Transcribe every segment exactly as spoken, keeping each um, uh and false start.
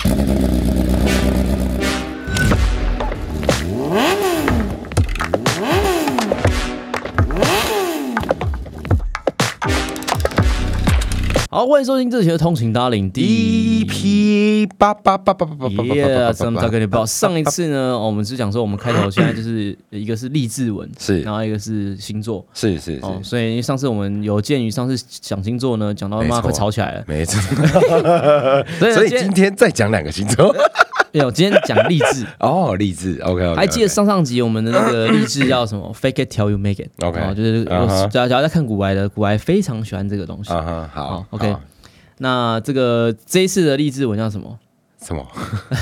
好，欢迎收听这期的通勤达领 E P 八八八八八八八。 Yeah， 咱们大概你报。上一次呢，我们是讲说我们开头现在就是一个是励志文， 是， 然后一个是星座， 是是是。 哦，所以上次我们有鉴于上次讲星座呢，讲到妈快吵起来了， 没错。所以今天再讲两个星座。 没有，今天讲励志哦，励志 ，OK OK。 还记得上上集我们的那个励志叫什么 ？Fake it till you make it。OK， 哦，就是只要只要在看古玩的，古玩非常喜欢这个东西。 啊哈，好 ，OK。那这个这一次的励志文叫什么？ 什么？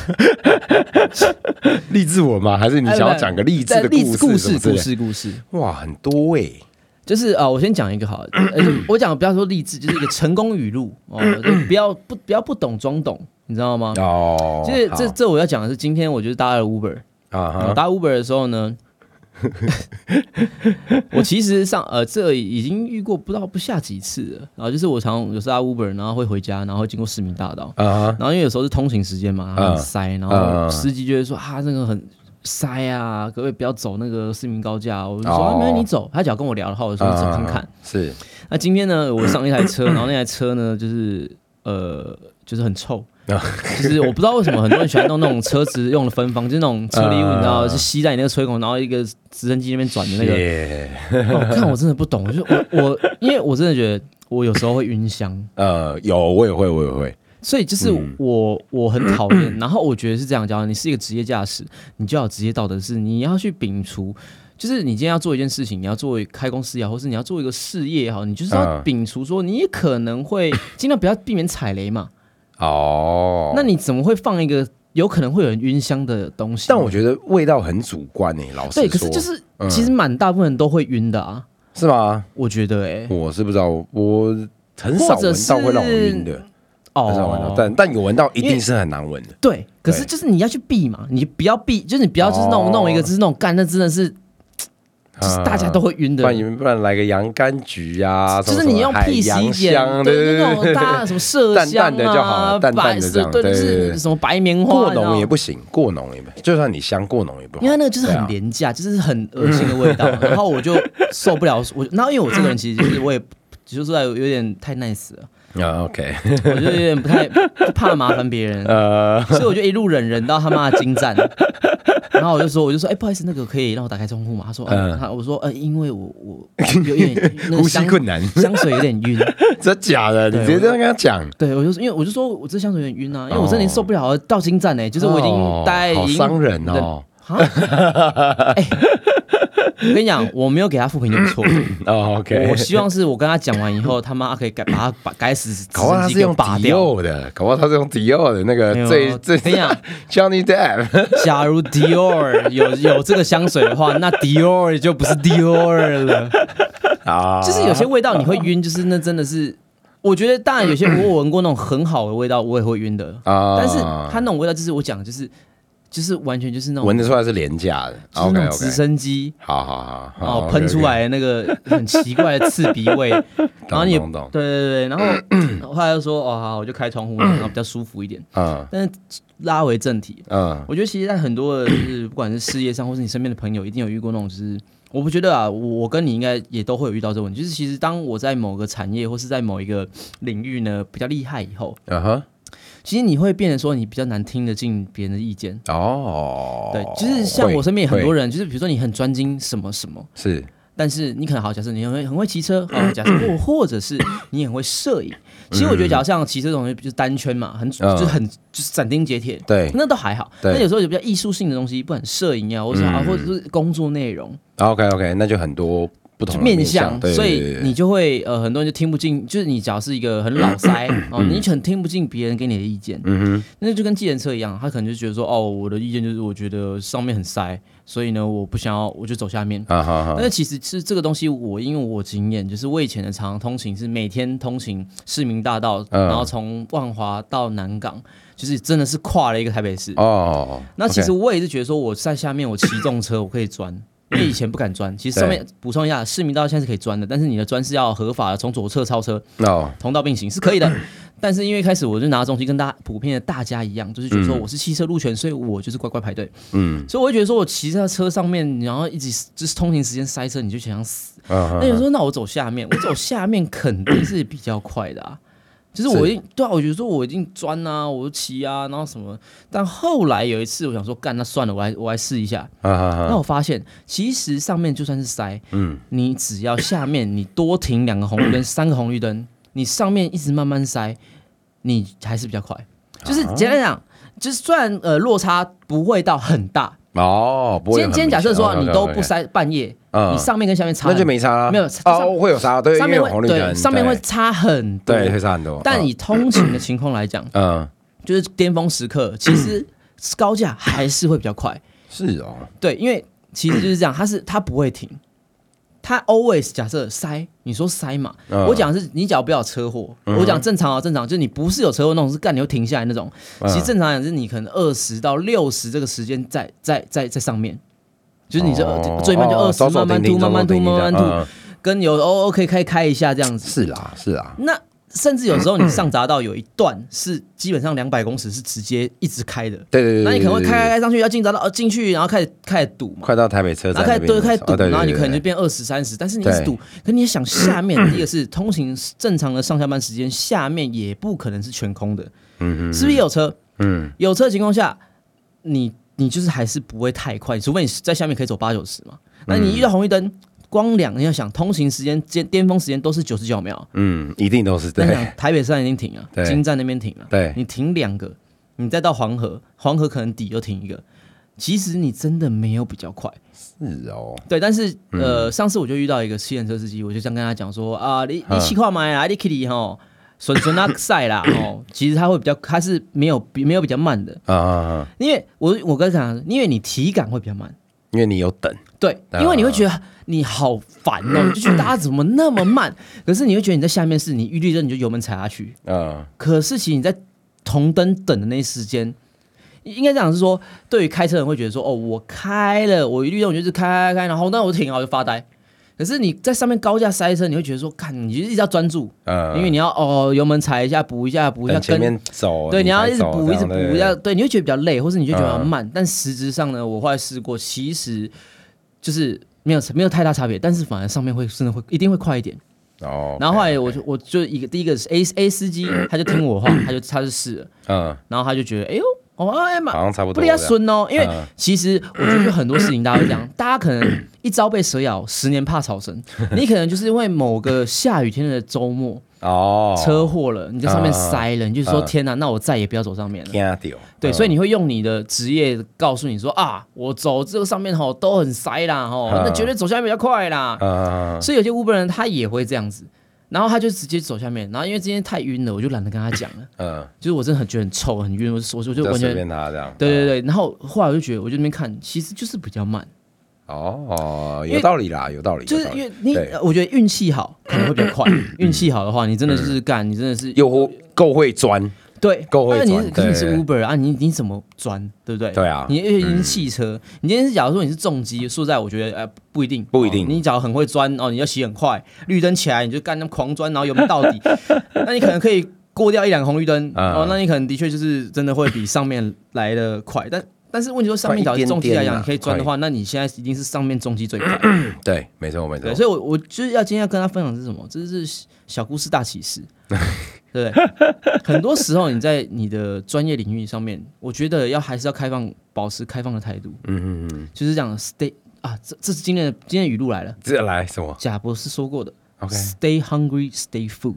励志文吗？还是你想要讲个励志的故事？ 故事故事故事。 哇，很多哎。 就是啊、呃，我先讲一个好了，呃、我讲不要说励志，就是一个成功语录哦，不要不不要不懂装懂，你知道吗？哦，就是这这我要讲的是，今天我就是搭了 Uber 啊、uh ， huh. 搭 Uber 的时候呢，我其实上呃这已经遇过不知道不下几次了，然后就是我常有时候搭 Uber， 然后会回家，然后会经过市民大道， uh huh. 然后因为有时候是通勤时间嘛，很塞，然后司机就会说啊这个很。塞啊，可不可以不要走那个市民高架？我就说、oh. 啊、没有你走。他只要跟我聊的话，我就说你走听看。Uh, 是。 那今天呢，我上一台车，然后那台车呢，就是呃，就是很臭。就是我不知道为什么很多人喜欢弄那种车子用的芬芳，就是那种车厘物，你知道，是吸在你那个吹孔，然后一个直升机那边转的那个。Yeah. 哦、看我真的不懂，就我我，因为我真的觉得我有时候会晕香。 呃，有我也会，我也会。 所以就是我、嗯、我很讨厌，然后我觉得是这样教，你是一个职业驾驶，你就要有职业道德，是你要去摒除，就是你今天要做一件事情，你要做开公司也好，或是你要做一个事业也好，你就是要摒除说你也可能会尽量不要避免踩雷嘛。哦，那你怎么会放一个有可能会有人晕香的东西？ 但我觉得味道很主观诶、欸，老实说。 对，可是就是、嗯、其实蛮大部分人都会晕的啊。 是吗？ 我觉得哎、欸， 我是不知道，我很少闻到会让我晕的。哦，但但有闻到一定是很难闻的。 对，可是就是你要去避嘛，你不要避，就是你不要就是弄、哦、弄一个，就是那种干，那真的是，就是大家都会晕的。 不然不然来个洋甘菊啊， 就是你用屁洗一点，对，那种大家什么麝香啊， 淡淡的就好，淡淡的这样， 对，就是什么白棉花， 过浓也不行，过浓也不行，就算你香过浓也不好， 因为那个就是很廉价，就是很恶心的味道，然后我就受不了，我然后因为我这个人其实就是我也就是有点太 nice 了。 啊、oh, ，OK， 我就有点不太不怕麻烦别人，呃，所以我就一路忍忍到他妈的精湛，然后我就说，我就说，哎、欸，不好意思，那个可以让我打开窗户吗？他说，呃、啊，我说，呃，因为我我有点那呼吸困难， 香水有点晕， 真假的？你直接这样跟他讲？ 对，我就说，因为我就说我这香水有点晕啊，因为我真的受不了到精湛哎，就是我已经大概已经好伤人哦， 哎。我跟你讲，我没有给他负评就不错。 哦 ，OK。 我希望是我跟他讲完以后，他妈可以改，把他把该死搞不好他是用迪奥的，搞不好他是用迪奥的那个最最。 跟你讲 ，Johnny Depp。 假如 Dior 有有这个香水的话，那 Dior 就不是 Dior 了。啊，就是有些味道你会晕，就是那真的是。我觉得当然有些我闻过那种很好的味道，我也会晕的。啊，但是他那种味道就是我讲就是。就是完全就是那种闻得出来是廉价的， 就是那种直升机， 好好好， 然后喷出来的那个很奇怪的刺鼻味，然后你对对对，然后后来就说哦好，我就开窗户，然后比较舒服一点。嗯，但是拉回正题，嗯，我觉得其实在很多的就是不管是事业上，或是你身边的朋友，一定有遇过那种，就是我不觉得啊，我跟你应该也都会有遇到这个问题，就是其实当我在某个产业或是在某一个领域呢比较厉害以后，嗯哼。其实你会变成说你比较难听得进别人的意见哦，对，就是像我身边也很多人，就是比如说你很专精什么什么是，但是你可能好假设你很会很会骑车，好假设或或者是你很会摄影，其实我觉得假如像骑车这种就是单圈嘛，很就是很就是斩钉截铁，对，那都还好，那有时候有比较艺术性的东西，不管摄影啊，或者或者是工作内容 ，OK OK， 那就很多。不同的面向，所以你就会呃，很多人就听不进，就是你只要是一个很老塞哦，你很听不进别人给你的意见，嗯哼，那就跟计程车一样，他可能就觉得说，哦，我的意见就是我觉得上面很塞，所以呢，我不想要，我就走下面。啊哈哈。但是其实是这个东西，我因为我经验，就是我以前的常常通勤是每天通勤市民大道，嗯、然后从万华到南港。就是真的是跨了一个台北市哦。那其实我也是觉得说，我在下面我骑重车我可以钻，因为以前不敢钻。其实上面补充一下，市民道现在是可以钻的，但是你的钻是要合法的，从左侧超车，哦，同道并行是可以的。 但是因为一开始我就拿重机跟大家普遍的大家一样，就是觉得说我是汽车路权，所以我就是乖乖排队。嗯，所以我会觉得说我骑在车上面，然后一直就是通勤时间塞车，你就想死。那有时候那我走下面，我走下面肯定是比较快的啊。就是我一定对啊，我觉得说我一定钻啊，我骑啊，然后什么。但后来有一次，我想说干，那算了，我来我来试一下。啊啊啊那我发现，其实上面就算是塞，嗯，你只要下面你多停两个红绿灯、三个红绿灯，你上面一直慢慢塞，你还是比较快。就是简单讲，就是虽然呃落差不会到很大。 哦，不会。 今天今天假设说你都不塞半夜，嗯、你上面跟下面差， 那就没差啦。 没有哦，会有差，对， 上面会红绿灯， 上面会差很多， 对，会差很多。 但以通勤的情况来讲，嗯，就是巅峰时刻，其实高架还是会比较快。 是哦， 对，因为其实就是这样，它是它不会停。他 always 假设塞，你说塞嘛，嗯、我讲的是你只要不要有车祸，嗯、我讲正常啊，正常就是你不是有车祸那种，是干你会停下来那种。嗯、其实正常讲是你可能二十到六十这个时间在在在在上面，就是你这、哦、最慢就二十、哦，慢慢吐，慢慢吐，慢慢吐，嗯、跟有哦 OK 可以开一下这样子。 是啦，是啦。 那甚至有时候你上匝道有一段是基本上两百公尺是直接一直开的， 对对对， 那你可能会开开开上去，要进匝道，进去然后开始开始堵嘛， 快到台北车站， 然后开始对开始堵，然后你可能就变二十三十，但是你一直堵，可你也想下面第一个是通行正常的上下班时间，下面也不可能是全空的，嗯嗯，是不是也有车？嗯，有车的情况下，你你就是还是不会太快，除非你在下面可以走八九十嘛，那你遇到红绿灯。光两你要想通行时间巅峰时间都是九十九秒， 嗯，一定都是对。 台北站已经停了，金站那边停了， 对， 你停两个，你再到黄河，黄河可能底又停一个，其实你真的没有比较快。 是哦， 对，但是、嗯、呃，上次我就遇到一个汽人车司机，我就这样跟他讲说啊，你你骑快买啦，你 Kitty 吼，顺顺那赛啦吼，其实他会比较，他是没有比没有比较慢的啊啊啊，因为我我跟他讲，因为你体感会比较慢。 因为你有等， 对，因为你会觉得你好烦哦，你就觉得大家怎么那么慢？可是你会觉得你在下面是你预绿灯你就油门踩下去，嗯，可是其实你在红灯等的那时间，应该讲是说，对于开车人会觉得说，哦，我开了，我一绿灯我就是开开开，然后红灯我停了我就发呆。可是你在上面高架塞车，你会觉得说，看你就一直要专注，嗯，因为你要哦油门踩一下，补一下，补一下，跟前面走， 对，你要一直补，一直补一下，对，你会觉得比较累，或是你就觉得慢。嗯、但实质上呢，我后来试过，其实就是没有没有太大差别，但是反而上面会真的会一定会快一点。哦，然后后来我就我就一个第一个是 A A 司机，他就听我话，他就他就试了，嗯，然后他就觉得，哎呦。哦，哎妈， 好像差不多。 不离他孙哦，因为其实我觉得很多事情大家会这样，大家可能一朝被蛇咬，十年怕草绳。你可能就是因为某个下雨天的周末哦，车祸了，你在上面塞了，你就说天哪，那我再也不要走上面了。对，所以你会用你的职业告诉你说啊，我走这个上面吼都很塞啦吼，那绝对走下面比较快啦。所以有些 Uber 人他也会这样子。然后他就直接走下面，然后因为今天太晕了，我就懒得跟他讲了。嗯，就是我真的很觉得很臭很晕，我我就完全随便他这样。 对对对，然后后来我就觉得，我就那边看，其实就是比较慢。 哦，有道理啦，有道理。 就是因为你，我觉得运气好可能会比较快。运气好的话，你真的就是干，你真的是又够会钻。 对， 够会钻。 可是你是 Uber 啊，你你怎么钻，对不对？ 对啊， 你因为你是汽车，你今天是假如说你是重机，说实在我觉得呃不一定， 不一定。 你假如很会钻哦，你要骑很快，绿灯起来你就干那狂钻，然后油门到底，那你可能可以过掉一两个红绿灯哦，那你可能的确就是真的会比上面来的快，但但是问题说上面假如重机来讲，你可以钻的话，那你现在一定是上面重机最快。 对，没错没错。 对，所以我我就是要今天要跟他分享的是什么？这是小故事大启示。对，很多时候你在你的专业领域上面，我觉得要还是要开放，保持开放的态度。嗯嗯嗯，就是讲 stay 啊，这这是今天的今天的语录来了。 这来什么？ 贾博士说过的。 OK， stay hungry, stay full。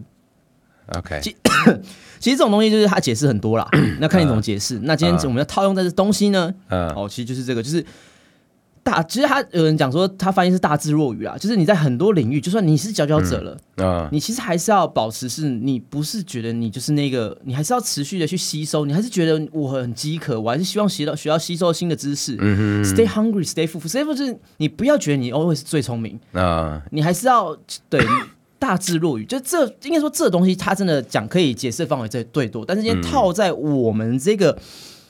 OK， 其, 其实这种东西就是他解释很多啦，那看你怎么解释。那今天我们要套用在这东西呢？嗯，哦，其实就是这个，就是。大，其实他有人讲说，他翻译是大智若愚啦，就是你在很多领域，就算你是佼佼者了，嗯啊、你其实还是要保持，是你不是觉得你就是那个，你还是要持续的去吸收，你还是觉得我很饥渴，我还是希望学到学到吸收新的知识。嗯、Stay hungry, stay full. Stay full 就是你不要觉得你 always 最聪明啊，你还是要对大智若愚。就这应该说这东西，它真的讲可以解释的范围最最多，但是今天套在我们这个。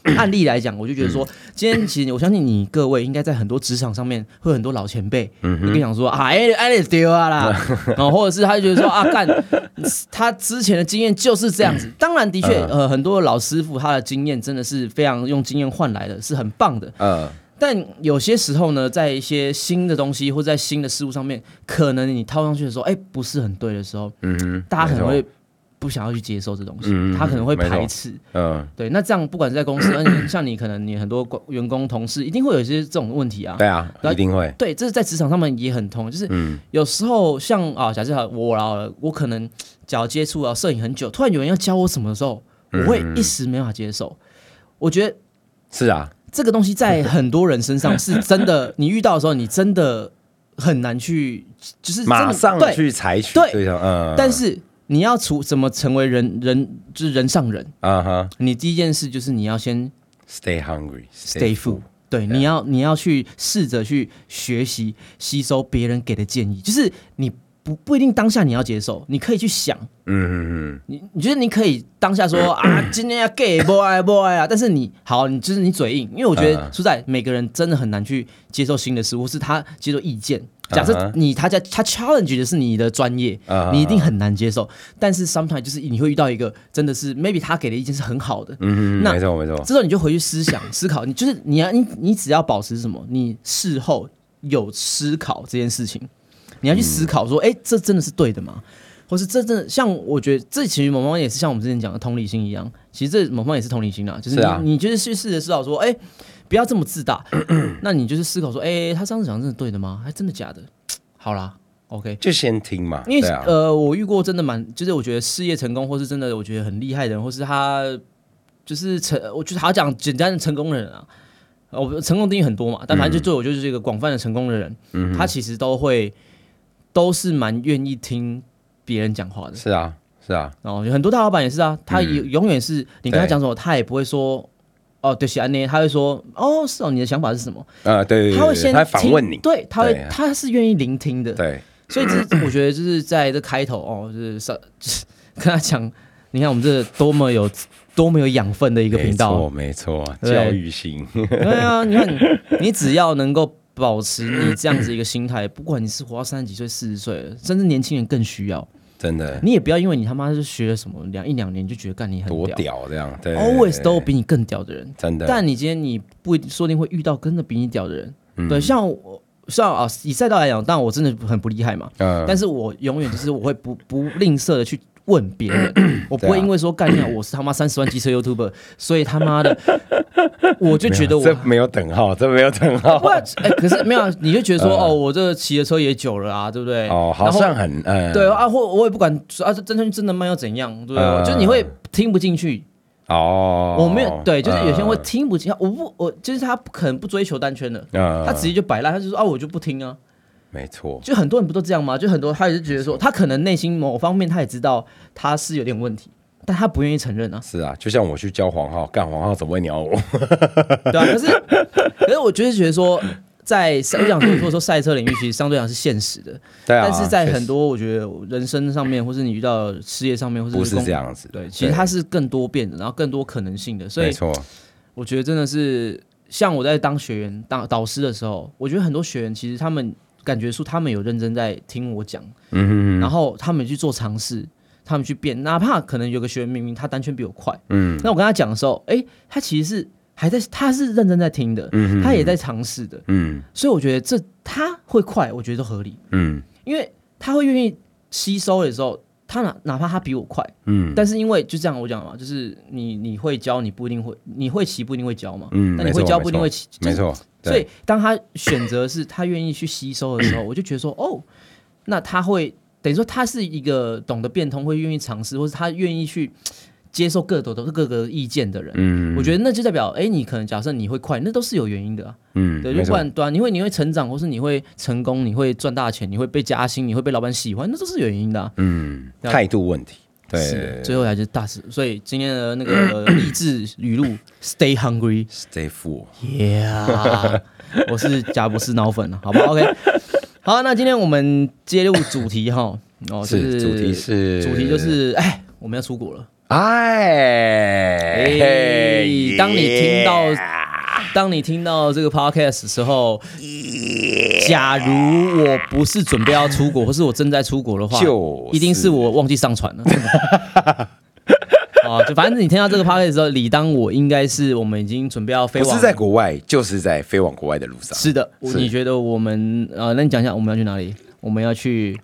案例来讲，我就觉得说，今天其实我相信你各位应该在很多职场上面会有很多老前辈，嗯，跟你讲说啊，哎哎丢啊啦，然后或者是他就觉得说啊干，他之前的经验就是这样子。当然，的确，呃，很多老师傅他的经验真的是非常用经验换来的，是很棒的。嗯。但有些时候呢，在一些新的东西或者在新的事物上面，可能你套上去的时候，哎，不是很对的时候，嗯哼，大家可能会不想要去接受这东西，嗯、他可能会排斥，嗯，对。那这样不管是在公司，像你可能你很多员工同事，一定会有一些这种问题啊， 对啊，一定会， 对，这是在职场上面也很通，就是有时候像啊，假设我啦，我可能只要接触啊摄影很久，突然有人要教我什么的时候，我会一时没法接受，我觉得是啊。 这个东西在很多人身上是真的，你遇到的时候，你真的很难去，就是马上去采取对，对嗯。但是你要处怎么成为人人就是人上人啊哈？你第一件事就是你要先 stay hungry, stay full。对，你要你要去试着去学习吸收别人给的建议，就是你。不不一定当下你要接受，你可以去想，嗯嗯嗯，你你觉得你可以当下说啊，今天要 gay boy boy 啊，但是你好，你就是你嘴硬，因为我觉得说在每个人真的很难去接受新的事物，是他接受意见。假设你他在他 challenge 的是你的专业，你一定很难接受。但是 sometimes 就是你会遇到一个真的是 maybe 他给的意见是很好的，嗯嗯， 那没错没错。 之后你就回去思想思考，你就是你要你你只要保持什么，你事后有思考这件事情。你要去思考说，哎、欸，这真的是对的吗？或是这真的像我觉得，这其实某方面也是像我们之前讲的同理心一样，其实这某方面也是同理心啦，就是你，是啊、你就是去试着思考说，哎、欸，不要这么自大，那你就是思考说，哎、欸，他这样子讲真的对的吗？还真的假的？好啦 ，OK， 就先听嘛。 因为、啊、呃，我遇过真的蛮，就是我觉得事业成功，或是真的我觉得很厉害的人，或是他就是成，我觉得好讲简单的成功的人啊。我成功定义很多嘛，但反正就对我就是一个广泛的成功的人，嗯、他其实都会。都是蛮愿意听别人讲话的， 是啊，是啊， 然后很多大老板也是啊，他永远是你跟他讲什么，他也不会说哦，对，安内，他会说哦，是哦，你的想法是什么？啊， 对对对， 他会先访问你， 对，他会，他是愿意聆听的， 对， 所以这是我觉得就是在这开头哦，就是就是跟他讲，你看我们这多么有多么有养分的一个频道， 没错，没错，教育性， 对啊，你看你只要能够。保持你这样子一个心态，不管你是活到三十几岁、四十岁了，甚至年轻人更需要。 真的， 你也不要因为你他妈是学了什么两一两年就觉得干你很屌多屌这样，对 ，always 都有比你更屌的人， 真的。 但你今天你不说不定会遇到真的比你屌的人，嗯、对，像我像啊以赛道来讲，当然我真的很不厉害嘛，嗯、但是我永远就是我会不不吝啬的去。问别人，我不会因为说干掉我是他妈三十万机车 YouTuber， 所以他妈的我就觉得我这没有等号，这没有等号。 哎、欸，可是没有，你就觉得说、呃、哦，我这骑的车也久了啊，对不对？ 哦，好像很嗯， 对啊，或我也不管啊，真的真的慢又怎样，对不对？嗯、就是你会听不进去。 哦， 我没有对，就是有些人会听不进，我不我就是他可能不追求单圈的，嗯、他直接就摆烂，他就说啊，我就不听啊。 没错， 就很多人不都这样吗？就很多他也是觉得说，他可能内心某方面他也知道他是有点问题，但他不愿意承认啊。 是啊，就像我去教黄浩，干黄浩怎么会鸟我？ 对啊，可是可是我就是觉得说，在我想说说赛车领域，其实相对来讲是现实的， 对啊。 但是在很多我觉得人生上面，或是你遇到事业上面，或是不是这样子， 对，其实它是更多变的，然后更多可能性的。所以没错，我觉得真的是像我在当学员、当导师的时候，我觉得很多学员其实他们。感觉出他们有认真在听我讲，嗯哼哼，然后他们去做尝试，他们去变，哪怕可能有个学员明明他单圈比我快，嗯，那我跟他讲的时候，哎、欸，他其实是还在，他是认真在听的，嗯哼哼，他也在尝试的，嗯，所以我觉得这他会快，我觉得都合理，嗯，因为他会愿意吸收的时候，他哪哪怕他比我快，嗯，但是因为就这样我讲嘛，就是你你会教，你不一定会，你会骑不一定会教嘛，嗯，那你会教不一定会骑， 没错。 所以，当他选择是他愿意去吸收的时候，我就觉得说，哦，那他会等于说他是一个懂得变通，会愿意尝试，或是他愿意去接受各种各个意见的人。嗯，我觉得那就代表，哎，你可能假设你会快，那都是有原因的啊。嗯，对，就不然对啊，你会你会成长，或是你会成功，你会赚大钱，你会被加薪，你会被老板喜欢，那都是有原因的啊。 嗯，态度问题。对， 最后还是大事。所以今天的那个励志语录 ：Stay hungry, stay full. Yeah， 我是贾博士脑粉，好不好 ？OK， 好，那今天我们接入主题哈，哦， 是主题是主题就是，哎，我们要出国了哎， 哎，当你听到。当你听到这个 podcast 的时候，假如我不是准备要出国，或是我正在出国的话，就一定是我忘记上传了。哦，就反正你听到这个 podcast 的时候，理当我应该是我们已经准备要飞往， 不是在国外，就是在飞往国外的路上。 是的，是你觉得我们呃，那你讲一下我们要去哪里？我们要去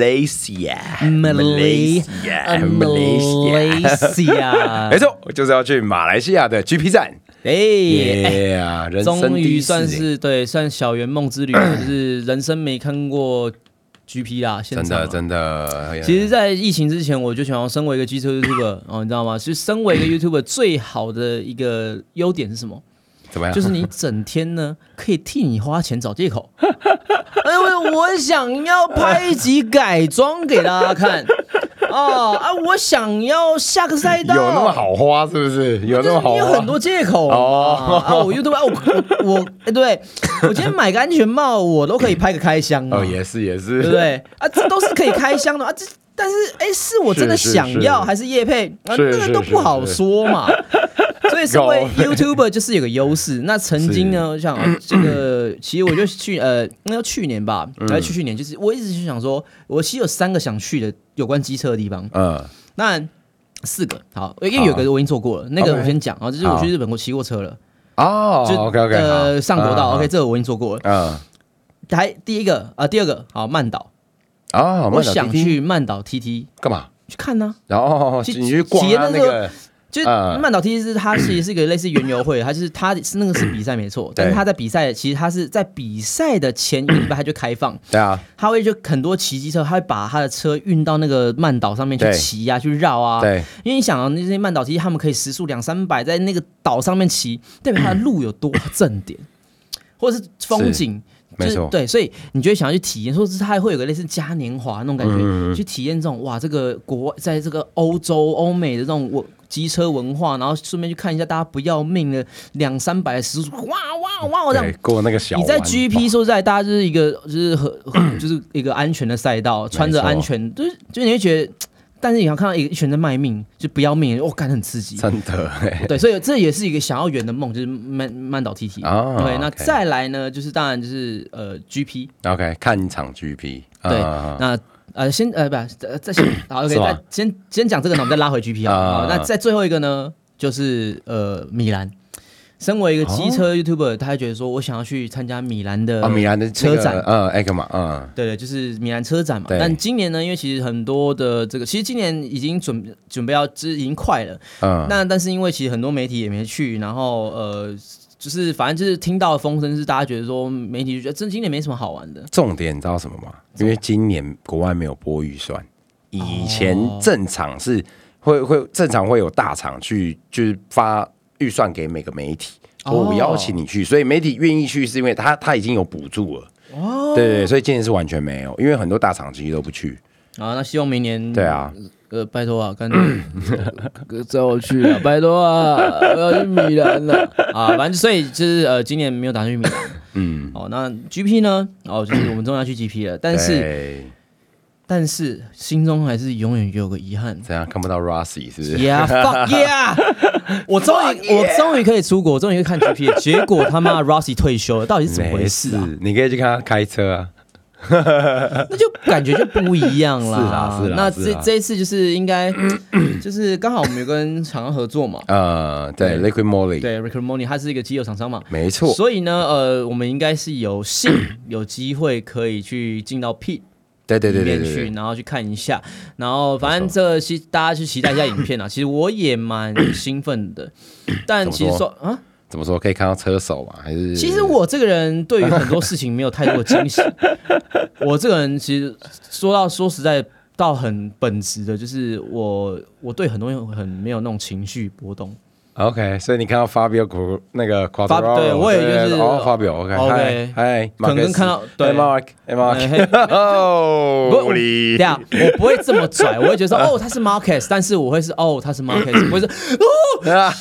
Malaysia，Malaysia，Malaysia，没错，就是要去马来西亚的 G P 站。哎呀， 终于算是对，算小圆梦之旅，就是人生没看过 G P 啦，现在真的真的。 其实，在疫情之前，我就想要身为一个机车 YouTuber 哦，你知道吗？其实身为一个 YouTuber 最好的一个优点是什么？ 怎么样？ 就是你整天呢可以替你花钱找借口。因为我想要拍一集改装给大家看。哦啊！我想要下个赛道， 有那么好花是不是？有那么好花？ 你有很多借口哦。啊，我 YouTube 啊，我我我，哎，对我今天买个安全帽，我都可以拍个开箱哦，也是也是， 对不对？啊，这都是可以开箱的啊。这但是哎，是我真的想要还是业配啊？那个都不好说嘛。所以身为 YouTuber 就是有个优势。那曾经呢，像这个，其实我就去呃，那要去年吧，还是去去年，就是我一直就想说，我其实有三个想去的有关机车的地方。嗯，那四个好，因为有个我已经做过了，那个我先讲啊，就是我去日本我骑过车了。 哦，就 OK OK， 呃，上国道 OK， 这个我已经做过了。嗯，还第一个啊，第二个好曼岛啊，我想去曼岛 T T 干嘛？ 去看呢？ 然后你去逛那个。 就曼岛 T T 是它其实是一个类似园游会，它就是它是那个是比赛没错，但是它在比赛其实它是在比赛的前一个礼拜它就开放， 对啊， 它会就很多骑机车，它会把它的车运到那个曼岛上面去骑啊，去绕啊， 对， 因为你想啊，那些曼岛 T T 他们可以时速两三百在那个岛上面骑，代表它的路有多正点，或者是风景。 没错， 对，所以你就会想要去体验，说是它会有个类似嘉年华那种感觉，嗯、去体验这种哇，这个国外在这个欧洲、欧美的这种我机车文化，然后顺便去看一下大家不要命的两三百的时速，哇哇哇这样过那个小。 你在 G P 说实在，大家就是一个就是和就是一个安全的赛道，穿着安全，就是就你会觉得。但是你要看到一群人在卖命，就不要命，哦，感觉很刺激， 真的。 对，所以这也是一个想要圆的梦，就是曼曼岛 T T。哦，对，那再来呢，就是当然就是呃 G P。OK， 看一场 G P。 对，那呃先呃不呃再先好 OK， 再先先讲这个呢，我们再拉回 G P 啊。那在最后一个呢，就是呃米兰。身为一个机车 YouTuber，、哦、他觉得说，我想要去参加米兰的、 哦、米兰的车展， 嗯 e g 嘛，嗯， 对对，就是米兰车展嘛。但今年呢，因为其实很多的这个，其实今年已经准准备要，就是已经快了，嗯，那但是因为其实很多媒体也没去，然后呃，就是反正就是听到的风声是大家觉得说，媒体就觉得这今年没什么好玩的。 重点你知道什么吗？因为今年国外没有拨预算，以前正常是会会正常会有大厂去就是发。预算给每个媒体，我邀请你去，所以媒体愿意去是因为他他已经有补助了，哦，对对，所以今年是完全没有，因为很多大厂其实都不去。 啊，那希望明年对啊， 呃，拜托啊，干哥载我去啊，拜托啊，我要去米兰了啊，反正所以就是呃，今年没有打算去米兰，嗯，哦，那 G P 呢？哦，就是我们终于要去 G P 了，但是。但是心中还是永远有个遗憾， 怎样看不到 Rossi 是不是 ？Yeah, fuck yeah！ 我终于我终于可以出国，终于可以看 G P 了。结果他妈 Rossi 退休了，到底是怎么回事啊？ 你可以去看他开车啊， 那就感觉就不一样啦。 是啦是啦。 那这这一次就是应该就是刚好我们有跟厂商合作嘛。 呃，对 ，Liqui Moly， 对 Liqui Moly， 它是一个机油厂商嘛。 没错。 所以呢，呃，我们应该是有幸有机会可以去进到 Pit。 对对对对对， 去然后去看一下，然后反正这期大家去期待一下影片啊。其实我也蛮兴奋的，但其实说啊， 怎么说可以看到车手嘛？还是其实我这个人对于很多事情没有太多的惊喜。我这个人其实说到说实在到很本质的，就是我我对很多人很没有那种情绪波动。 OK， 所以你看到 Fabio 那个 Quartararo， 对我也就是哦 Fabio OK OK， 嗨， 可能看到对 Mark Mark， 哦， 不，对啊，我不会这么拽，我会觉得说哦他是 Marquez， 但是我会是哦他是 Marquez， 不会是哦啊，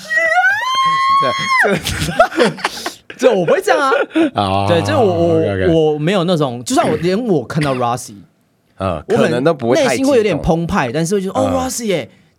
对，这我不会这样啊，对，就是我我我没有那种，就算我连我看到 Rossi， 呃，可能都不会， 内心会有点澎湃，但是会觉得哦 Rossi 耶。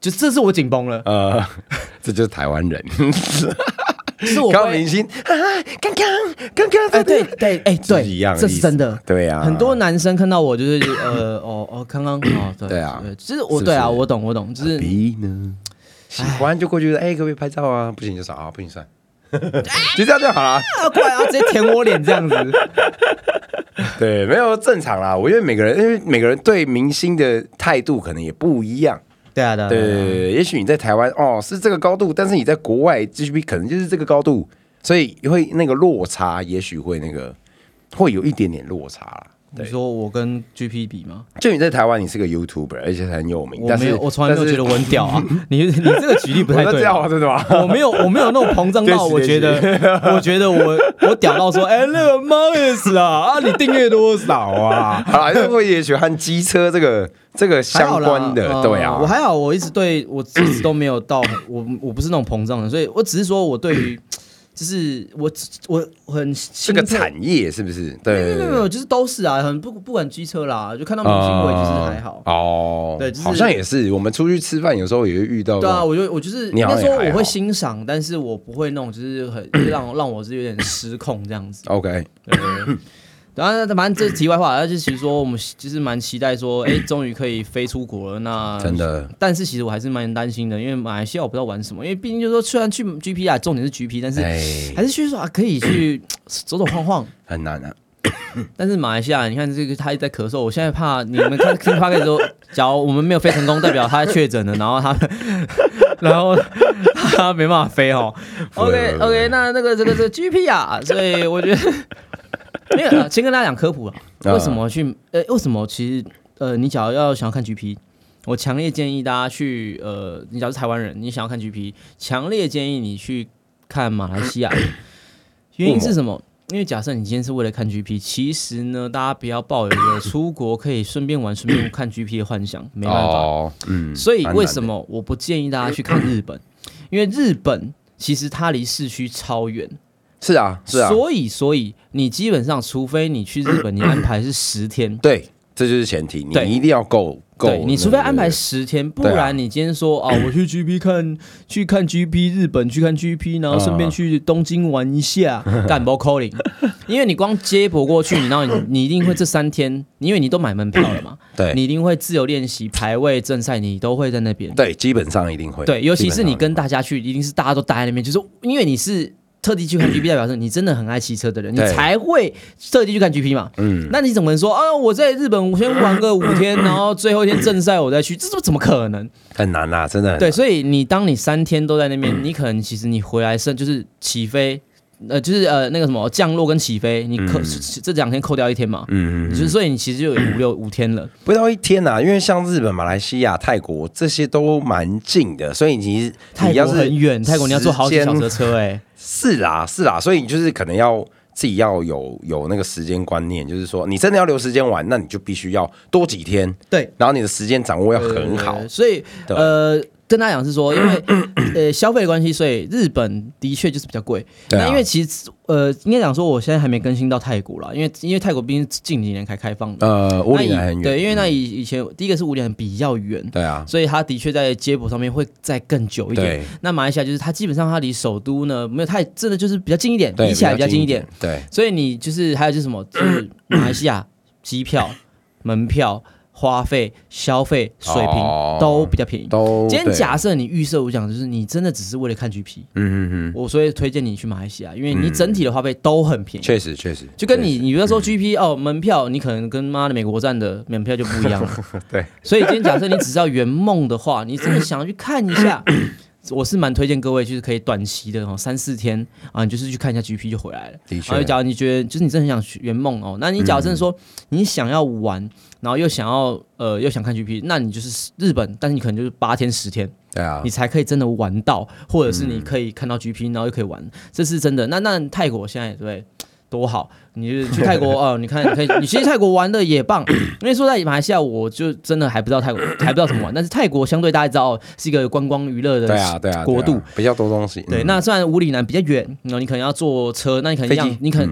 就这是我紧绷了。 呃，这就是台湾人。 是我高明星，刚刚刚刚， 哎，对对，哎，对， 一样， 这是真的， 对啊， 很多男生看到我就是呃，哦哦，刚刚哦，对对啊， 就是我，对啊，我懂，我懂，就是逼呢，喜欢就过去，哎，可不可以拍照啊？不行就算啊，不行算，就这样就好了， 过来啊，直接舔我脸这样子。 对，没有正常啦。我觉得每个人，因为每个人对明星的态度可能也不一样。 对啊，对啊， 对对对，也许你在台湾哦是这个高度，但是你在国外 G P 可能就是这个高度，所以会那个落差，也许会那个会有一点点落差啦。 你说我跟 G P 比吗？ 就你在台湾，你是个 YouTuber， 而且很有名。 我没有，我从来没有觉得我很屌啊！你你这个举例不太对啊，真的吗？ 我没有，我没有那种膨胀到，我觉得，我觉得我我屌到说，哎，那个 Marcus 啊，啊，你订阅多少啊？ 好啦，因为也许和机车这个这个相关的，对啊， 我还好，我一直对我一直都没有到，我我不是那种膨胀的，所以我只是说我对于。就是我我很这个产业是不是？对， 没有没有没有，就是都是啊，很不不管机车啦，就看到明星我也就是还好哦，对，好像也是。我们出去吃饭有时候也会遇到。对啊，我就我就是应该说我会欣赏，但是我不会那种就是很让让我是有点失控这样子。 OK， 对。然后反正这是题外话，就其实说我们就是蛮期待说，哎，终于可以飞出国了。那真的，但是其实我还是蛮担心的，因为马来西亚我不知道玩什么，因为毕竟就是说虽然去 G P 啊，重点是 G P， 但是还是去说啊可以去走走晃晃， 很难啊。 但是马来西亚，你看这个他一直在咳嗽，我现在怕你们看听 podcast 说，假如我们没有飞成功，代表他确诊了，然后他，然后他没办法飞哦。OK OK， 那那个这个这个 G P 啊，所以我觉得。没有，先跟大家讲科普啊，为什么去？呃，为什么其实呃，你假如要想要看 G P， 我强烈建议大家去呃，你假如是台湾人，你想要看 G P， 强烈建议你去看马来西亚。原因是什么？因为假设你今天是为了看 G P， 其实呢，大家不要抱有一个出国可以顺便玩、顺便看 G P 的幻想，没办法。哦、嗯。所以为什么我不建议大家去看日本？因为日本其实它离市区超远。 是啊，是啊， 所以，所以你基本上，除非你去日本，你安排是十天， 对，这就是前提，你一定要够够。 对，你除非安排十天，不然你今天说啊，我去 G P 看，去看 G P 日本，去看 G P， 然后顺便去东京玩一下，干不 calling， 因为你光接驳过去，然后你你一定会这三天，因为你都买门票了嘛， 对， 你一定会自由练习、排位、正赛，你都会在那边， 对，基本上一定会， 对，尤其是你跟大家去，一定是大家都待在那边，就是因为你是。特地去看 G P 代表是你真的很爱骑车的人，你才会特地去看 G P 嘛。嗯，那你怎么能说啊？我在日本我先玩个五天，然后最后一天正赛我再去，这怎么可能？ 很难啦，真的很难。 对，所以你当你三天都在那边，你可能其实你回来剩就是起飞。呃，就是呃那个什么降落跟起飞，你扣、嗯、这两天扣掉一天嘛，嗯嗯，就是所以你其实就有五六五天了， 不到一天呐、啊，因为像日本、马来西亚、泰国这些都蛮近的，所以你你泰国很远，泰国你要坐好几小时的车哎、欸， 是啦是啦，所以你就是可能要自己要有有那个时间观念，就是说你真的要留时间玩，那你就必须要多几天， 对， 然后你的时间掌握要很好， 对对对，所以呃。跟大家讲是说，因为呃消费的关系，所以日本的确就是比较贵。啊、那因为其实呃应该讲说，我现在还没更新到泰国啦，因为因为泰国毕竟近几年才开放的。 呃，五里南很远。 对，因为那以以前第一个是五里南比较远， 对啊， 所以它的确在接驳上面会再更久一点。那马来西亚就是它基本上它离首都呢没有太真的就是比较近一点，比起来比较近一点。 对， 所以你就是还有就是什么，就是马来西亚机票、门票。花费、消费水平都比较便宜。都今天假设你预设我讲，就是你真的只是为了看 G P， 嗯嗯嗯，我所以推荐你去马来西亚，因为你整体的花费都很便宜。 确实确实， 就跟你你比如说 G P 哦，门票你可能跟妈的美国站的门票就不一样了。 对， 所以今天假设你只是要圆梦的话，你真的想要去看一下。我是蛮推荐各位，就是可以短期的哦，三四天啊，你就是去看一下 G P 就回来了。 的确， 然后假如你觉得就是你真的很想圆梦哦，那你假如真的说你想要玩，然后又想要呃又想看 G P， 那你就是日本，但是你可能就是八天十天， 对啊， 你才可以真的玩到，或者是你可以看到 G P， 然后又可以玩，这是真的。那那泰国现在对。多好！你就去泰国哦，你看，你可以，你其实泰国玩的也棒，因为说在马来西亚，我就真的还不知道泰国，还不知道怎么玩。但是泰国相对大家知道是一个观光娱乐的对啊对啊国度， 比较多东西。 对，那虽然五里南比较远，你可能要坐车，那你可能一样，你可能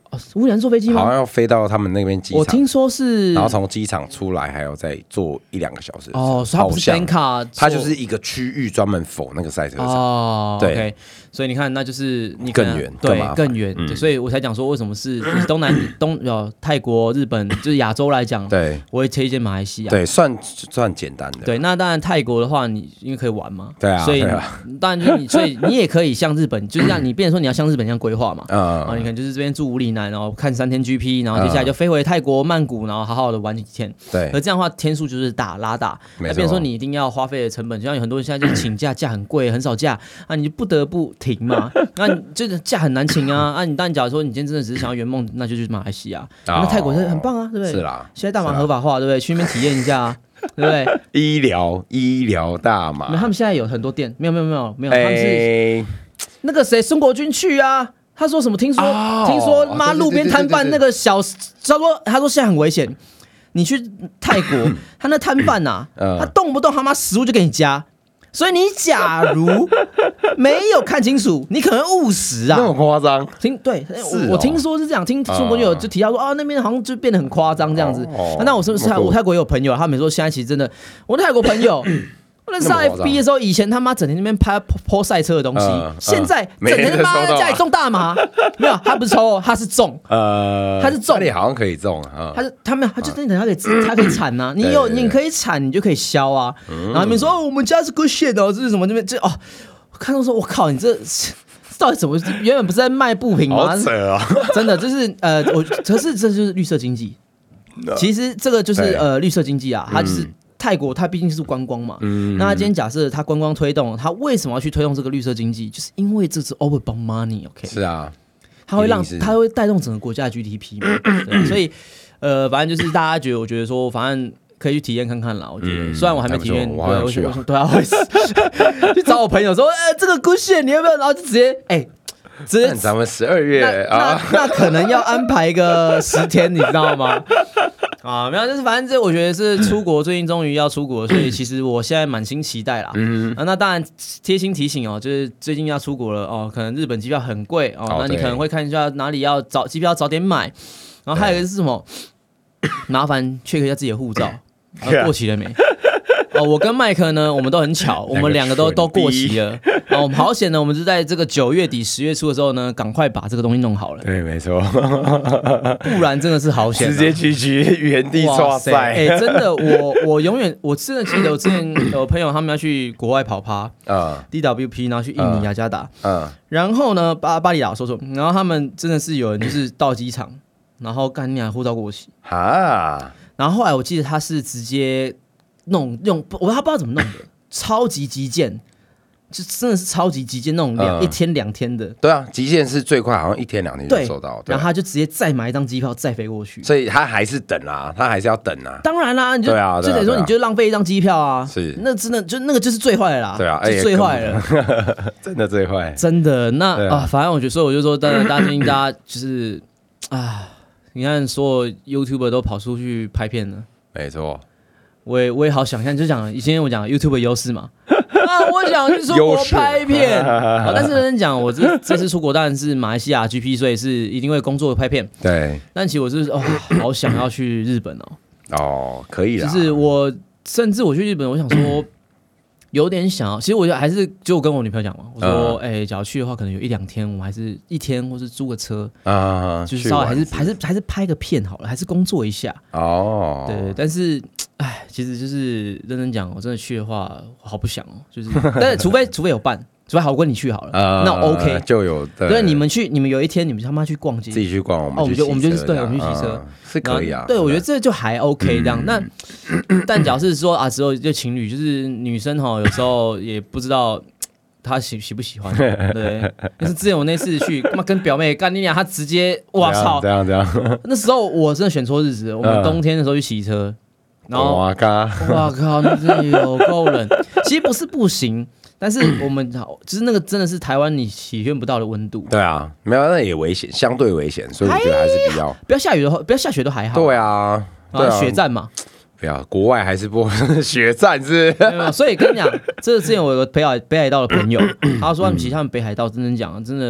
哦，乌里南坐飞机吗？ 好像要飞到他们那边机场。 我听说是， 然后从机场出来还要再坐一两个小时。 哦，所以它不是 Banca， 它就是一个区域专门否那个赛车场。 哦， 对。 Okay，所以你看，那就是你更远， 对，更远、嗯，所以我才讲说，为什么是以东南东呃泰国、日本就是亚洲来讲， 对， 我会推荐马来西亚， 对，算算简单的。 对，那当然泰国的话，你因为可以玩嘛， 对啊， 所以、 啊、 当然就你，所以你也可以像日本，就是让你变成说你要像日本一样规划嘛，啊、嗯，你可能就是这边住武里南，然后看三天 G P， 然后接下来就飞回泰国曼谷，然后好好的玩几天， 对， 而这样的话天数就是大拉大，那变成说你一定要花费的成本，就像有很多人现在就请假，假很贵，很少假，啊，你就不得不停嘛。那你这个假很难请啊！啊，你当然假如说你今天真的只是想要圆梦，那就去马来西亚。那、哦、泰国很棒啊，对不对？ 是啦， 现在大麻合法化，对不对？去那边体验一下啊，对不对？ 医疗医疗大麻， 他们现在有很多店，没有没有没有没有，他们是、欸、那个谁孙国军去啊，他说什么？听说、哦、听说妈路边摊贩那个小，他说他说现在很危险，你去泰国，他那摊贩呐，他动不动他妈食物就给你加。所以你假如没有看清楚，你可能误食啊， 那么夸张？ 听对，哦、我听说是这样，听中国有就提到说啊，那边好像就变得很夸张这样子。哦、那我是不是我泰国也有朋友，他们说现在其实真的，我泰国朋友。我那上 F B 的时候，以前他妈整天那边拍泼赛车的东西，呃、现在整天他妈在家里种大麻，没有，他不是抽，他是种，呃，他是种， 那里好像可以种啊， 他是他没有，他就真的他可以他可以产呐、啊，你有你可以产，你就可以销啊，然后他们说、哦、我们家是 good shit 哦，这是什么这边这哦，我看到说我靠，你这到底怎么原本不是在卖布品吗？ 好扯啊， 真的就是呃，我可是这就是绿色经济，其实这个就是呃绿色经济啊，它就是。泰国它毕竟是观光嘛，嗯、那他今天假设它观光推动，它为什么要去推动这个绿色经济？就是因为这是 all about money，OK？、Okay? 是啊， 它会让它会带动整个国家的 G D P 嘛，对，所以呃，反正就是大家觉得，我觉得说，反正可以去体验看看啦。我觉得，嗯、虽然我还没体验， 我好想去啊， 对啊，会去找我朋友说，哎、欸，这个 good shit 你要不要？然后就直接哎。欸直接咱们十二月那啊那，那可能要安排个十天，你知道吗？啊，没有，就是反正这我觉得是出国，最近终于要出国，所以其实我现在满心期待啦。嗯啊，那当然贴心提醒哦，就是最近要出国了哦，可能日本机票很贵哦，哦那你可能会看一下哪里要早机票早点买，然后还有一个是什么？麻烦 check 一下自己的护照、啊、过期了没？哦，我跟麦克呢，我们都很巧，我们两个都都过期了。哦，我们好险呢，我们是在这个九月底十月初的时候呢，赶快把这个东西弄好了。 对，没错， 不然真的是好险、啊， 直接区区原地刷赛。 哎、欸，真的，我我永远我真的记得，我之前有朋友他们要去国外跑趴，嗯 ，D W P， 然后去印尼雅加达，嗯，然后呢巴巴厘岛说说，然后他们真的是有人就是到机场，然后干你啊护照过期啊，然后后来我记得他是直接。弄用我他不知道怎么弄的，超级急件，就真的是超级急件那种两、嗯、一天两天的。 对啊，急件是最快，好像一天两天就收到。 然后他就直接再买一张机票再飞过去， 所以他还是等啊，他还是要等啊。 当然啦，你就对啊，就等于说你就浪费一张机票啊。是，那真的就那个就是最坏的啦。对啊，就最坏了， 真的最坏。 真的那 啊, 啊，反正我觉得，所以我就说，大家大家建议大家就是啊，你看所有 YouTuber 都跑出去拍片了， 没错。 我也我也好想象，就讲以前我讲 YouTube 的优势嘛，啊，我想去出国拍片，啊、但是认真讲，我这这次出国当然是马来西亚 G P， 所以是一定会工作拍片。 对， 但其实我是哦，好想要去日本哦。 哦，可以啦。 就是我甚至我去日本，我想说有点想要，其实我就还是就我跟我女朋友讲嘛，我说哎、嗯欸，假如去的话，可能有一两天，我们还是一天，或是租个车啊，就是稍微还是还是还是拍个片好了，还是工作一下哦。对，但是。哎，其实就是认真讲，我真的去的话，好不想哦。就是，但是除非除非有伴，除非好跟你去好了，呃、那 OK 就有。对， 对你们去，你们有一天你们他妈去逛街， 自己去逛，我们哦，我们就我们就是对，我们去骑车、 嗯、是可以啊。 对，我觉得这就还 OK 这样。嗯、那但假设是说啊，只有就情侣，就是女生哈，有时候也不知道。他喜喜不喜欢？对，就是之前我那次去，妈跟表妹干你俩，他直接哇操， 这样这样。 那时候我真的选错日子了，我们冬天的时候去骑车。然后哇靠， 哇靠，那真的有够冷。其实不是不行，但是我们就是那个真的是台湾你体验不到的温度。 对啊，没有那也危险，相对危险，所以我觉得还是比较不要下雨的话，不要下雪都还好。 对啊，对啊， 雪战嘛。 不要，国外还是不雪战是。 所以跟你讲，这之前我有个北海北海道的朋友，他说他们其实他们北海道真正讲真的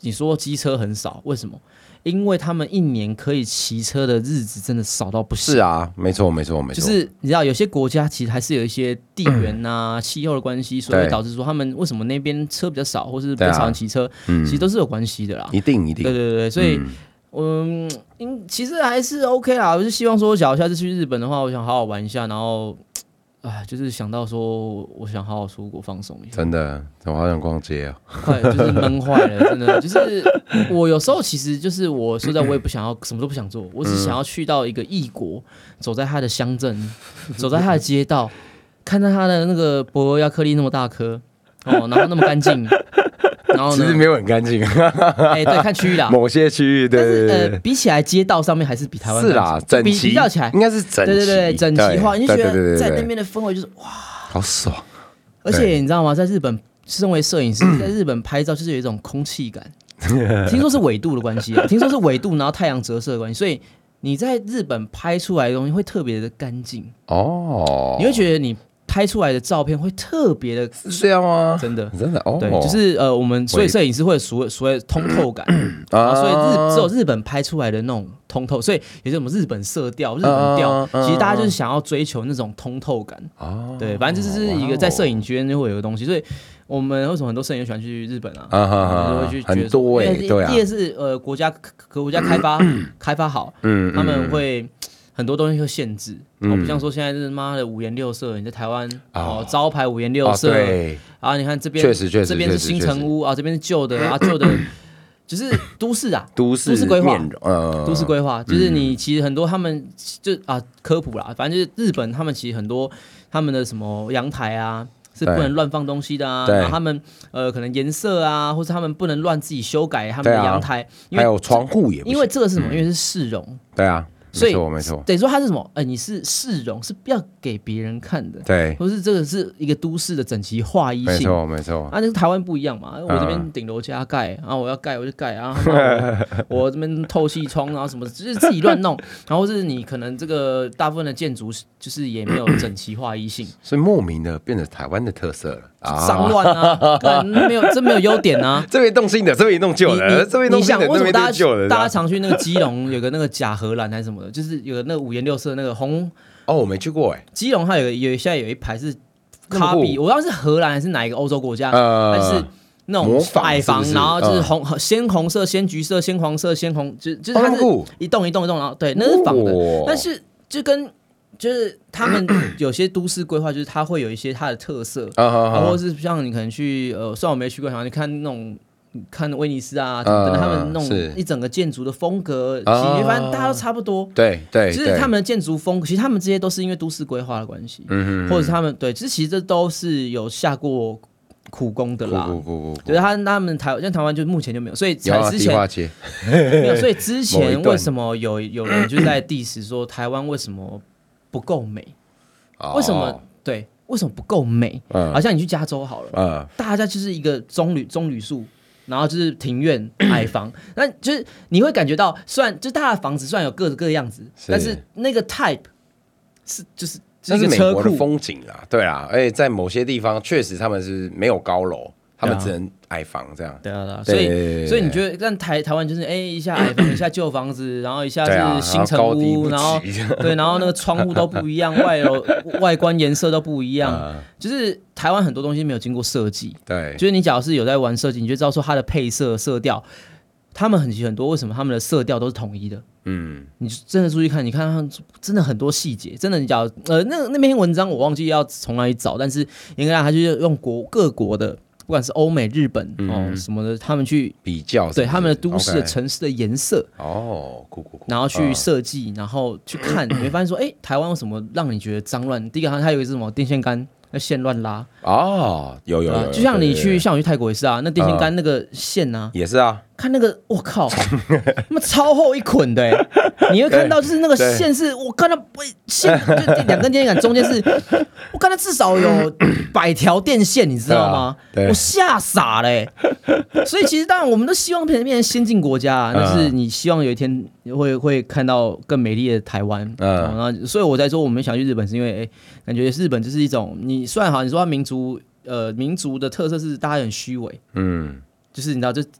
你说机车很少，为什么？因为他们一年可以骑车的日子真的少到不行。 是啊，没错，没错，没错。 就是你知道，有些国家其实还是有一些地缘啊、气候的关系，所以会导致说他们为什么那边车比较少，或是比较少人骑车，其实都是有关系的啦。 一定一定。 对对对，所以。嗯，其实还是 OK 啦。我是希望说，假如下次去日本的话，我想好好玩一下，然后，哎，就是想到说，我想好好出国放松一下。 真的，我好想逛街啊！ 快，就是闷坏了，真的。就是我有时候其实就是我说在，我也不想要什么都不想做，我只想要去到一个异国，走在他的乡镇，走在他的街道，看到他的那个博罗亚克力那么大颗，哦，然后那么干净。然后其实没有很干净， 哎，对，看区域啦， 某些区域，对对对， 呃，比起来街道上面还是比台湾是啦，整齐， 比较起来应该是整齐， 对对对，整齐化，你就觉得在那边的氛围就是哇， 好爽。 而且你知道吗？在日本，身为摄影师，在日本拍照就是有一种空气感，听说是纬度的关系啊，听说是纬度，然后太阳折射的关系，所以你在日本拍出来的东西会特别的干净哦，你会觉得你。拍出来的照片会特别的， 是这样吗？ 真的， 真的哦， 对，就是呃，我们所以摄影师会有所谓所谓通透感啊，所以日只有日本拍出来的那种通透，所以有些什么日本色调、日本调，其实大家就是想要追求那种通透感哦。对，反正这是一个在摄影圈就会有个东西，所以我们为什么很多摄影喜欢去日本啊？就会去很多哎，对啊， 第二是呃国家国家开发开发好，嗯，他们会。很多东西会限制，嗯、不像说现在是妈的五颜六色，你在台湾哦招牌五颜六色，啊，你看这边确实确实这边是新城屋啊，这边是旧的啊，旧的就是都市啊， 都市都市规划， 呃， 都市规划就是你其实很多他们就啊科普啦，反正就是日本他们其实很多他们的什么阳台啊。是不能乱放东西的啊，然后他们呃可能颜色啊，或是他们不能乱自己修改他们的阳台， 啊、还有窗户也不行， 因为这个是什么？嗯、因为是市容， 对啊。 所以没错，没错， 等于说它是什么？哎、呃，你是市容，是不要给别人看的， 对， 或是这个是一个都市的整齐划一性， 没错，没错。 啊，那台湾不一样嘛，我这边顶楼加盖，然后我要盖我就盖，然后我, 我这边透气窗，然后什么，就是自己乱弄，然后是你可能这个大部分的建筑就是也没有整齐划一性， 所以莫名的变成台湾的特色了。 脏乱啊，干没有，真没有优点啊。 这边动新的，这边弄旧的，这边弄新的， 为什么大家大家常去那个基隆有个那个假荷兰还是什么的，就是有个那个五颜六色那个红哦，我没去过哎。 基隆它有有现在有一排是卡比，我不知道是荷兰还是哪一个欧洲国家，呃、但是那种矮房，然后就是红、呃、鲜红色、鲜橘色、鲜黄色、鲜红，就就是它是一栋一栋一栋，然后对，那是仿的，哦、但是就跟。就是他们有些都市规划，就是它会有一些它的特色，啊，或者是像你可能去呃，虽然我没去过，好像你看那种看威尼斯啊等等，他们那种一整个建筑的风格，其实你发现大家都差不多， 对对， 就是他们的建筑风格，其实他们这些都是因为都市规划的关系，嗯或者是他们对，其实其实这都是有下过苦功的啦，就是他他们台像台湾就目前就没有，所以才之前没有，所以之前为什么有有人就在 diss 说台湾为什么？不够美，哦、为什么？对，为什么不够美？嗯、好像你去加州好了，嗯、大家就是一个棕榈棕榈树，然后就是庭院矮房，那就是你会感觉到，虽然就大家的房子虽然有各个各的样子，但是那个 type 是就是那是美国的风景啦，对啦，而且在某些地方确实他们是没有高楼。他们只能矮房这样， 对啊，对啊，所以所以你觉得，但台台湾就是，哎、欸，一下矮房，一下旧房子，然后一下是新城屋，然后对，然后那个窗户都不一样，外楼外观颜色都不一样，嗯、就是台湾很多东西没有经过设计， 对， 就是你假如是有在玩设计，你就知道说它的配色色调，他们很很多，为什么他们的色调都是统一的？嗯，你真的注意看，你看真的很多细节，真的你讲呃那那篇文章我忘记要从哪里找，但是应该他就是用国各国的。不管是欧美、日本、嗯、哦什么的，他们去比较对他们的都市的城市的颜色哦，酷酷酷， 然后去设计，嗯、然后去看，你会发现说，哎、欸，台湾为什么让你觉得脏乱？第一个，它有一个是什么电线杆，那线乱拉哦，有有 有, 有， 就像你去像我去泰国也是啊，那电线杆那个线啊， 嗯、也是啊。 看那个，我靠，那么超厚一捆的，你会看到就是那个线是，我看到线就两根电线杆中间是，我看到至少有百条电线，你知道吗？啊、我嚇傻了、欸。所以其实当然我们都希望变成先进国家、啊，但是你希望有一天会会看到更美丽的台湾。嗯，然后所以我在说我们想去日本，是因为哎、欸，感觉日本就是一种你虽然好，你说它民族呃民族的特色是大家很虚伪，嗯，就是你知道就。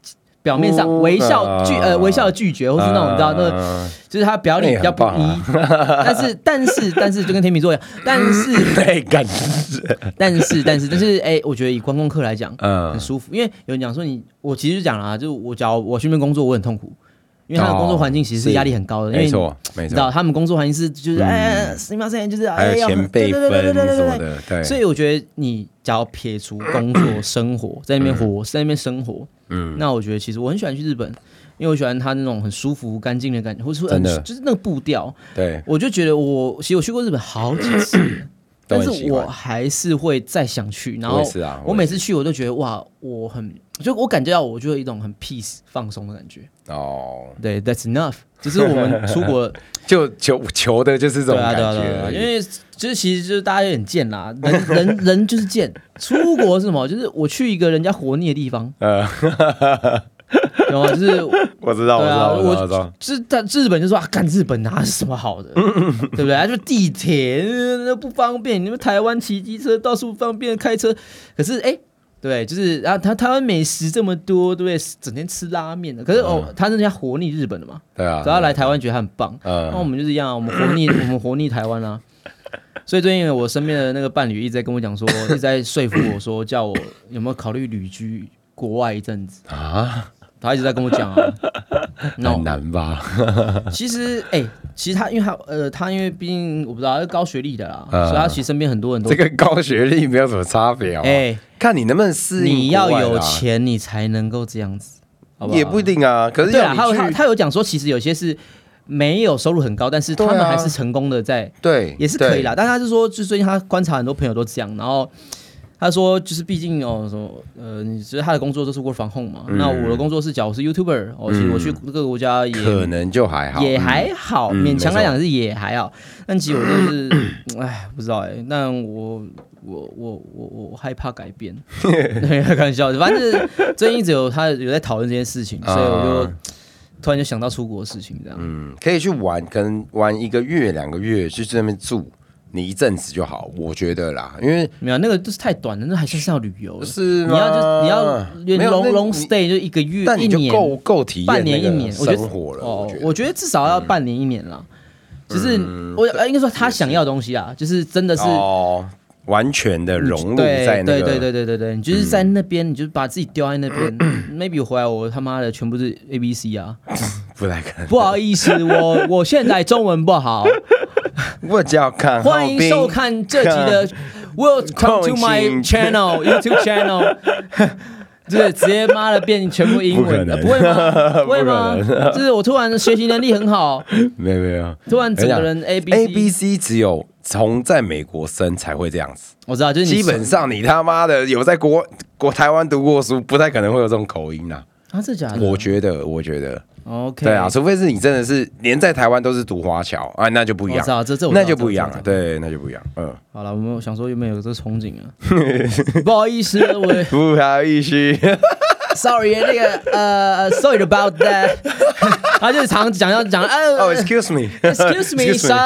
表面上微笑拒呃微笑的拒绝，或是那种你知道那个，就是他表里比较不一，但是但是但是就跟天秤座一样，但是对，感但是但是但是哎，我觉得以观光客来讲，嗯，很舒服，因为有人讲说你，我其实就讲了，就是我假如我去那边工作，我很痛苦。因为他的工作环境其实是压力很高的， 没错，没错， 你知道他们工作环境是就是哎，すみません，就是还有前辈分什么的，对。 所以我觉得你只要撇除工作生活，在那边活，在那边生活，嗯，那我觉得其实我很喜欢去日本，因为我喜欢他那种很舒服、干净的感觉，或者说就是那个步调， 对， 我就觉得我其实我去过日本好几次。但是我还是会再想去，然后我每次去我都觉得哇，我很就我感觉到我就有一种很 peace 放松的感觉哦。对 ，That's enough， 就是我们出国就求求的就是这种感觉， 对啊对啊对啊，因为就是其实就是大家有点贱啦，人人人就是贱。出国是什么？就是我去一个人家活腻的地方。呃有啊，就是我知道，我知道，我知道， 就是在日本就说啊，干日本哪是什么好的，对不对？啊，就地铁那不方便，你们台湾骑机车到处方便开车，可是哎，对，就是啊，他台湾美食这么多，对不对？整天吃拉面的，可是哦，他人家活腻日本的嘛， 对啊， 只要来台湾觉得他很棒，那我们就是一样，我们活腻，我们活腻台湾啊。所以最近我身边的那个伴侣一直在跟我讲说，一直在说服我说，叫我有没有考虑旅居国外一阵子啊？他一直在跟我讲啊， 很难吧？ 其实，哎、欸，其实他因为他呃，他因为毕竟我不知道，他是高学历的啦，呃、所以他其实身边很多人都这个高学历没有什么差别哦。哎、欸，看你能不能适应。 你要有钱，你才能够这样子，好不好？ 也不一定啊。可是对啊，他他他有讲说，其实有些是没有收入很高，但是他们还是成功的在， 对， 也是可以啦。但他是说，就最近他观察很多朋友都这样，然后。他说，就是毕竟哦，什么呃，你觉得他的工作都是 work from home 嘛？嗯、那我的工作是，假如是 YouTuber， 哦，其实我去各个国家也可能就还好， 也还好，嗯、勉强来讲是也还好。但其实我就是，哎，不知道哎、欸，那我我我我我害怕改变，开玩笑，反正最近一直有他有在讨论这件事情，所以我就突然就想到出国的事情，这样。 嗯，可以去玩，可能玩一个月、两个月，就在那边住。你一阵子就好，我觉得啦，因为没有那个就是太短了，那还是要旅游。 是你要就你要 long long stay 就一个月， 但你就够够体验半年一年生活了。 哦，我觉得至少要半年一年啦。就是我应该说他想要的东西啊，就是真的是哦，完全的融入在那个， 对对对对对对，你就是在那边，你就把自己丢在那边。maybe 我回来我他妈的全部是 A B C 啊， 不太可能。 不好意思，我我现在中文不好。 我叫看， 欢迎收看这集的 Welcome to my channel YouTube channel， 就是直接妈的变全部英文的，不会吗？不会吗？就是我突然学习能力很好， 没有没有， 突然整个人 A B C A B C 只有从在美国生才会这样子。 我知道，就是基本上你他妈的有在国国台湾读过书，不太可能会有这种口音啦。 啊，这假的？ 我觉得，我觉得。 OK， 对啊，除非是你真的是连在台湾都是读华侨啊，那就不一样。 这这那就不一样了，对，那就不一样。嗯， 好了，我们想说有没有这个憧憬啊？不好意思，我不好意思 ，Sorry， 那个呃 ，Sorry about that。他就是常讲要讲呃， 哦 ，Excuse me，Excuse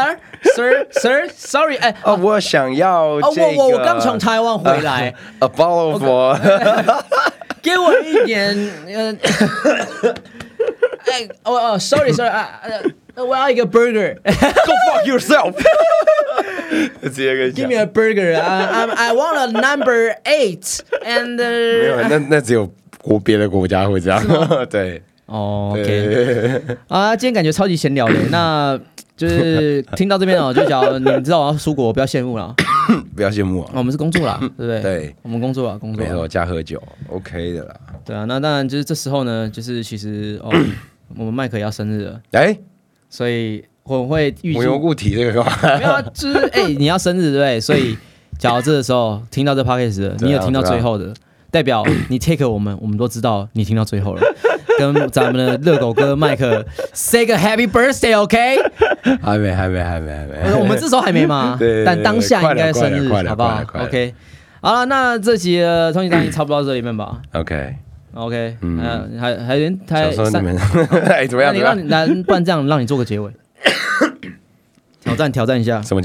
me，Sir，Sir，Sir，Sorry， 哎， 哦，我想要这个， 我我我刚从台湾回来 ，A bottle of water， 给我一点呃。哎，哦哦 ，sorry sorry 啊，我要一个 burger。Go fuck yourself 。直接跟你讲 ，Give me a burger 啊 ，I want a number eight and。 没有，那那只有国别的国家会这样。对。 哦 ，OK。啊，今天感觉超级闲聊的，那就是听到这边哦，就假如你们知道我要出国，不要羡慕了。 不要羡慕啊， 我们是工作啦，对不对？ 对， 我们工作啊，工作。 没错，加喝酒 ，OK 的啦。 对啊，那当然就是这时候呢，就是其实哦。我们麦克也要生日了， 哎、欸， 所以我会预计无缘无故提这个干嘛？ 没有啊，就是哎、欸，你要生日对不对？所以假如这个时候听到这 podcast 的，你有听到最后的，代表你 take 我们，我们都知道你听到最后了。跟咱们的热狗哥麦克 say 个 happy birthday，OK？、Okay? 还没，还没，还没，还没。 我们这时候还没吗？ 对, 对, 对， 但当下应该生日，好不好 ？OK。好了，那这集的通缉单差不多到这里面吧。 OK。 OK，嗯，还还还还三，哎，怎么样？ 你让你来，不然这样让你做个结尾，挑战挑战一下， 什么结尾？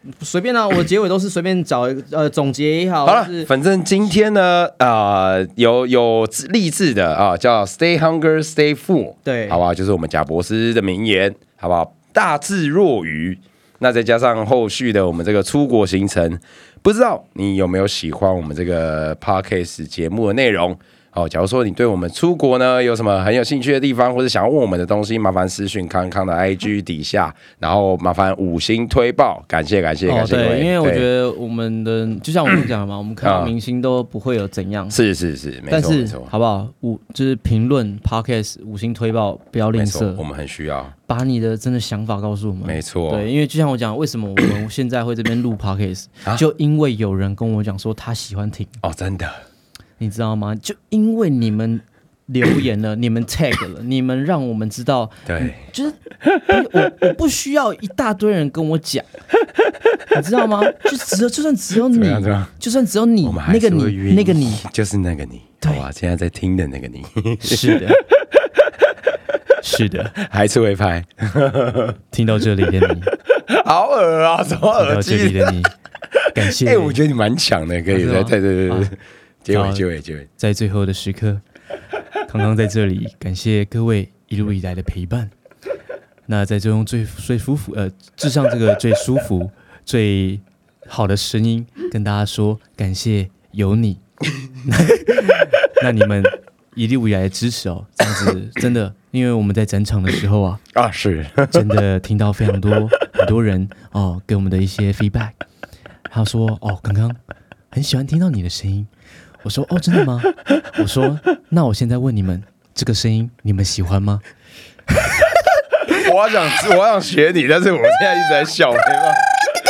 随便啊，我的结尾都是随便找呃总结也好。 好了，反正今天呢，啊、呃，有有励志的啊，叫 Stay Hungry, Stay Full， 对， 好不好？就是我们贾博士的名言，好不好？大智若愚。那再加上后续的我们这个出国行程，不知道你有没有喜欢我们这个 podcast 节目的内容？好，假如说你对我们出国呢有什么很有兴趣的地方，或者想要问我们的东西，麻烦私讯康康的 I G 底下，然后麻烦五星推爆，感谢感谢感谢各位。 哦、对，因为我觉得我们的就像我们讲的嘛，我们看到明星都不会有怎样， 是是是，没错没错， 好不好？五就是评论 podcast 五星推爆，不要吝啬， 我们很需要把你的真的想法告诉我们。 没错， 对，因为就像我讲，为什么我们现在会这边录 podcast，、啊、就因为有人跟我讲说他喜欢听哦，真的。 你知道吗？就因为你们留言了，你们 tag 了，你们让我们知道， 对， 就是我我不需要一大堆人跟我讲，你知道吗？就只有就算只有你，就算只有你，那个你，那个你， 就是那个你，好吧？现在在听的那个你， 是的，是的， 还是会拍。 听到这里的你， 好恶啊！什么耳机？ 听到这里的你，感谢。 哎、欸，我觉得你蛮强的，可以在对对对对。结尾结尾结尾， 在最后的时刻，康康在这里感谢各位一路以来的陪伴。那在这种最最舒服呃，致上这个最舒服、最好的声音，跟大家说感谢有你。那你们一路以来的支持哦，这样子真的，因为我们在展场的时候啊， 啊是真的听到非常多很多人哦给我们的一些 feedback， 他说哦，刚刚很喜欢听到你的声音。我说哦，真的吗？我说那我现在问你们，这个声音你们喜欢吗？ 我好想，我好想学你，但是我现在一直在笑，没办法。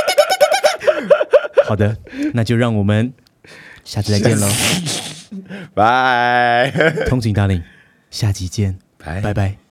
好的，那就让我们下次再见喽， 拜。 通勤大领，下集见，拜拜。